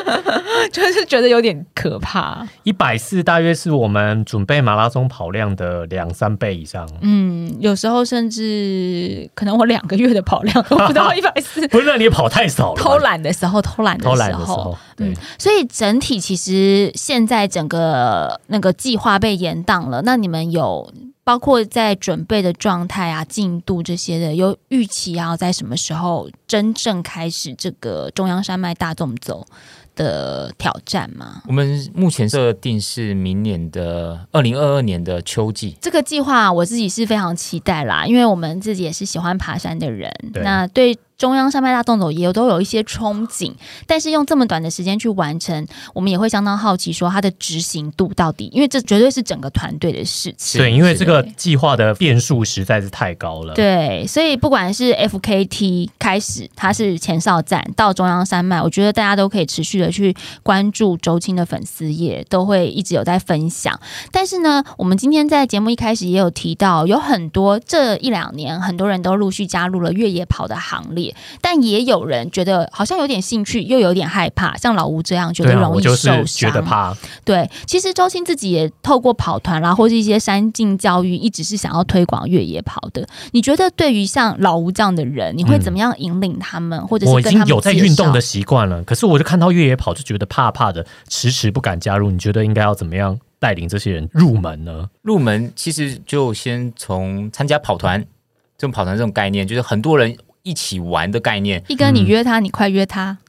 就是觉得有点可怕。 一百四大约是我们准备马拉松跑量的两三倍以上。 嗯，有时候甚至可能我两个月的跑量都不到一百四。 不是，那你跑太少了。 偷懒的时候，偷懒的时候， 偷懒的时候， 嗯，所以整体其实现在整个那个计划被延档了。那你们有包括在准备的状态啊、进度这些的，有预期要在什么时候真正开始这个中央山脉大纵走的挑战吗？ 我们目前设定是明年的二零二二年的秋季。 这个计划我自己是非常期待啦，因为我们自己也是喜欢爬山的人， 对那对中央山脉大纵走也有都有一些憧憬，但是用这么短的时间去完成，我们也会相当好奇说它的执行度到底，因为这绝对是整个团队的事情。 对，因为这个计划的变数实在是太高了。 对，所以不管是 F K T 开始，它是前哨站到中央山脉，我觉得大家都可以持续的去关注周青的粉丝页，都会一直有在分享。但是呢，我们今天在节目一开始也有提到，有很多这一两年很多人都陆续加入了越野跑的行列。但也有人觉得好像有点兴趣，又有点害怕，像老吴这样觉得容易受伤。 对啊，我就是觉得怕。 对，其实周青自己也透过跑团啦，或是一些山径教育，一直是想要推广越野跑的。你觉得对于像老吴这样的人，你会怎么样引领他们，嗯、或者是跟他们介绍？ 我已经有在运动的习惯了，可是我就看到越野跑就觉得怕怕的，迟迟不敢加入。你觉得应该要怎么样带领这些人入门呢？ 入门其实就先从参加跑团，这种跑团这种概念，就是很多人一起玩的概念。 一哥，你约他，嗯、你快约他。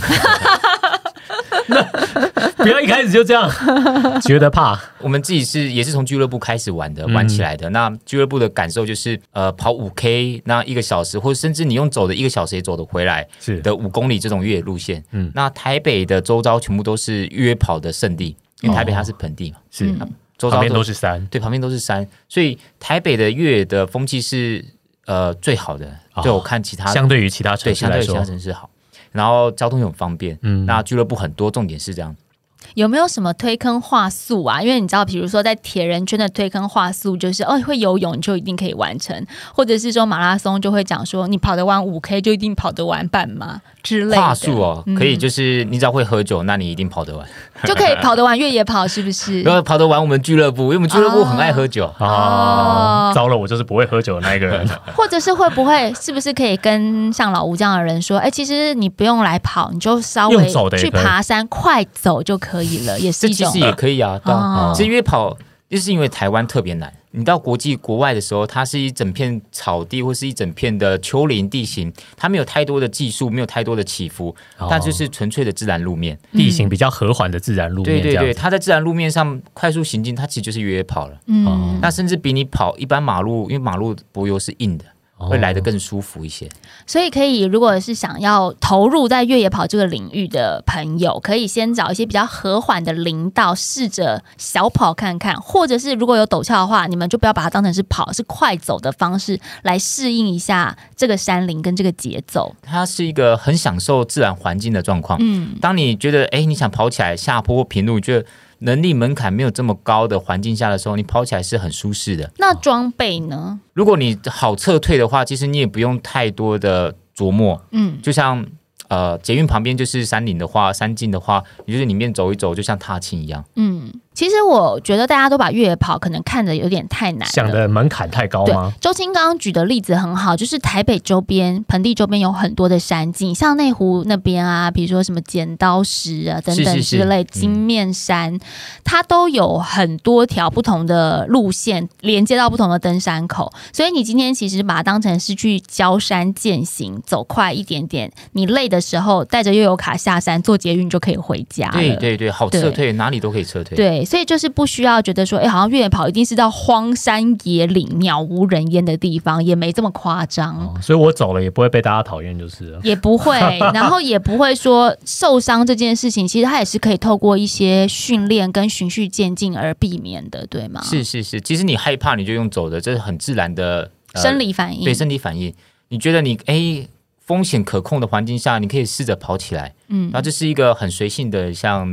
不要一开始就这样觉得怕。 我们自己是也是从俱乐部开始玩的，玩起来的。嗯、那俱乐部的感受就是呃跑五 K 那一个小时，或者甚至你用走的一个小时也走得回来的五公里这种越野路线。嗯，那台北的周遭全部都是越野跑的圣地，因为台北它是盆地嘛，哦、 是、 嗯、周遭旁边都是山， 对，旁边都是山，所以台北的越野的风气是呃最好的。就我看其他、 哦、相对于其他城市来说， 对，相对于其他城市好。然后交通又很方便，嗯，那俱乐部很多，重点是这样。 有没有什么推坑话术啊？因为你知道，比如说在铁人圈的推坑话术就是哦，会游泳你就一定可以完成，或者是说马拉松就会讲说你跑得完五 K 就一定跑得完半马之类的话术哦，嗯、可以就是你只要会喝酒，那你一定跑得完， 就可以跑得完越野跑，是不是？ 然后跑得完我们俱乐部，因为我们俱乐部很爱喝酒啊、哦哦。糟了，我就是不会喝酒的那一个人。 或者是会不会是不是可以跟像老吴这样的人说，哎，其实你不用来跑，你就稍微去爬山，快走就可以了，也是一种。 这其实也可以啊，对啊。其实越野跑就是因为台湾特别难。你到国际国外的时候，它是一整片草地或是一整片的丘陵地形，它没有太多的技术，没有太多的起伏，哦、它就是纯粹的自然路面， 地形比较和缓的自然路面。 对对对，它在自然路面上快速行进，它其实就是越野跑了。嗯，那甚至比你跑一般马路，因为马路柏油是硬的。会来得更舒服一些， 所以可以，如果是想要投入在越野跑这个领域的朋友，可以先找一些比较和缓的林道，试着小跑看看，或者是如果有陡峭的话，你们就不要把它当成是跑，是快走的方式来适应一下这个山林跟这个节奏。 它是一个很享受自然环境的状况。嗯，当你觉得哎，你想跑起来下坡平路，觉得能力门槛没有这么高的环境下的时候，你跑起来是很舒适的。 那装备呢？ 如果你好撤退的话，其实你也不用太多的琢磨。嗯，就像呃捷运旁边就是山林的话，山径的话，你就是里面走一走，就像踏青一样。嗯。 其实我觉得大家都把越野跑可能看得有点太难了， 想的门槛太高吗？ 周青刚刚举的例子很好，就是台北周边盆地周边有很多的山径，像内湖那边啊，比如说什么剪刀石啊等等之类，是是是金面山、嗯、它都有很多条不同的路线连接到不同的登山口，所以你今天其实把它当成是去郊山健行，走快一点点，你累的时候带着悠游卡下山坐捷运就可以回家了。 对对对，好撤退，哪里都可以撤退。 对，所以就是不需要觉得说，哎，好像越野跑一定是到荒山野岭、鸟无人烟的地方，也没这么夸张、 哦。所以我走了也不会被大家讨厌，就是了。 也不会，然后也不会说受伤这件事情，其实它也是可以透过一些训练跟循序渐进而避免的，对吗？ 是是是，其实你害怕你就用走的，这是很自然的、 呃、生理反应。 对，生理反应。你觉得你哎风险可控的环境下，你可以试着跑起来，嗯，然后这是一个很随性的像。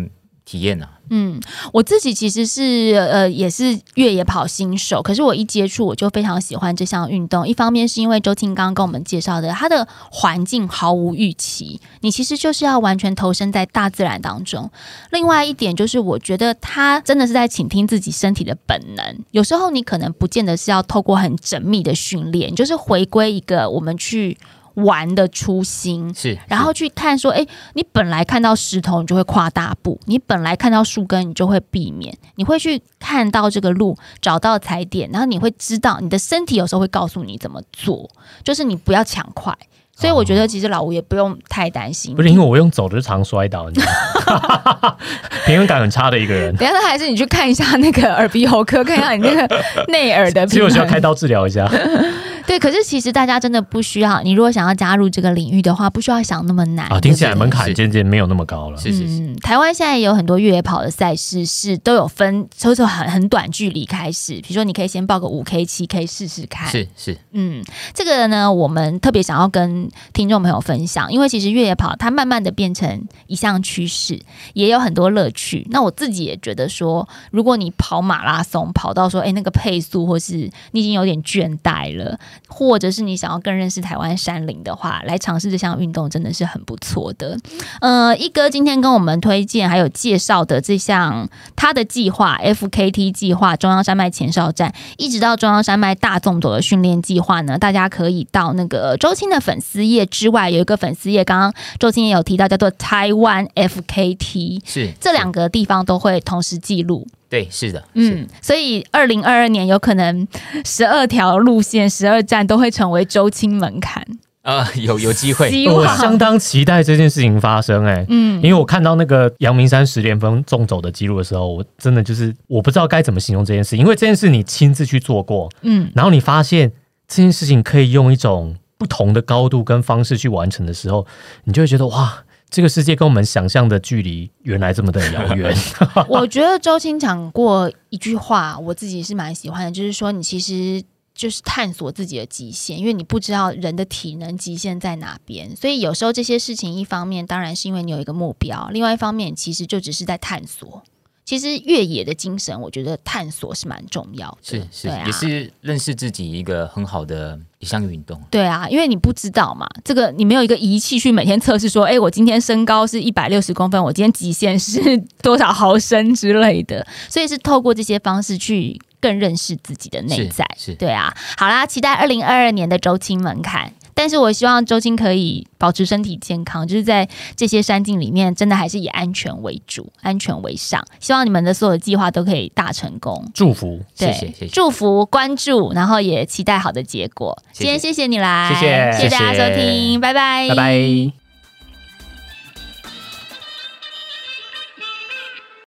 体验啊。 嗯，我自己其实是呃也是越野跑新手，可是我一接触我就非常喜欢这项运动。一方面是因为周青刚刚跟我们介绍的，它的环境毫无预期，你其实就是要完全投身在大自然当中。另外一点就是我觉得它真的是在倾听自己身体的本能，有时候你可能不见得是要透过很缜密的训练，就是回归一个我们去玩的初心， 是， 然后去看说，哎，你本来看到石头，你就会跨大步；你本来看到树根，你就会避免。你会去看到这个路，找到踩点，然后你会知道，你的身体有时候会告诉你怎么做，就是你不要抢快。所以我觉得其实老吴也不用太担心， 不是因为我用走的常摔倒，你知道吗？平衡感很差的一个人。 等一下，那还是你去看一下那个耳鼻喉科，看一下你那个内耳的平衡。 其实我需要开刀治疗一下。 对，可是其实大家真的不需要，你如果想要加入这个领域的话，不需要想那么难啊。听起来门槛渐渐没有那么高了。 是是是、 嗯，台湾现在也有很多越野跑的赛事是都有分，就是很很短距离开始，比如说你可以先报个五 K、七 K 试试看。 是是， 嗯，这个呢，我们特别想要跟听众朋友分享，因为其实越野跑它慢慢的变成一项趋势，也有很多乐趣。那我自己也觉得说，如果你跑马拉松跑到说，哎，那个配速，或是你已经有点倦怠了，或者是你想要更认识台湾山林的话，来尝试这项运动真的是很不错的。呃，一哥今天跟我们推荐还有介绍的这项他的计划 F K T 计划，中央山脉前哨站一直到中央山脉大纵走的训练计划呢，大家可以到那个周青的粉丝页之外，有一个粉丝页，刚刚周青也有提到，叫做台湾 F K T， 是这两个地方都会同时记录。 对，是的， 嗯，所以二零二二年有可能十二条路线、十二站都会成为周青门槛。 呃，有有机会， 我相当期待这件事情发生哎、欸，嗯，因为我看到那个阳明山十连峰纵走的记录的时候，我真的就是我不知道该怎么形容这件事，因为这件事你亲自去做过，嗯，然后你发现这件事情可以用一种不同的高度跟方式去完成的时候，你就会觉得哇，这个世界跟我们想象的距离原来这么的遥远。 我觉得周青讲过一句话，我自己是蛮喜欢的，就是说你其实就是探索自己的极限，因为你不知道人的体能极限在哪边，所以有时候这些事情一方面当然是因为你有一个目标，另外一方面其实就只是在探索。其实越野的精神我觉得探索是蛮重要的， 是是、 啊、 也是认识自己一个很好的一项运动。 对啊，因为你不知道嘛，这个你没有一个仪器去每天测试说，哎，我今天身高是一百六十公分，我今天极限是多少毫升之类的，所以是透过这些方式去更认识自己的内在。 是是， 对啊，好啦，期待二零二二年的周青门槛。但是我希望周青可以保持身体健康，就是在这些山径里面，真的还是以安全为主，安全为上。希望你们的所有计划都可以大成功， 祝福， 对， 谢谢谢谢， 祝福关注，然后也期待好的结果。 谢谢， 今天谢谢你来， 谢谢， 谢谢大家收听，拜拜， 拜拜。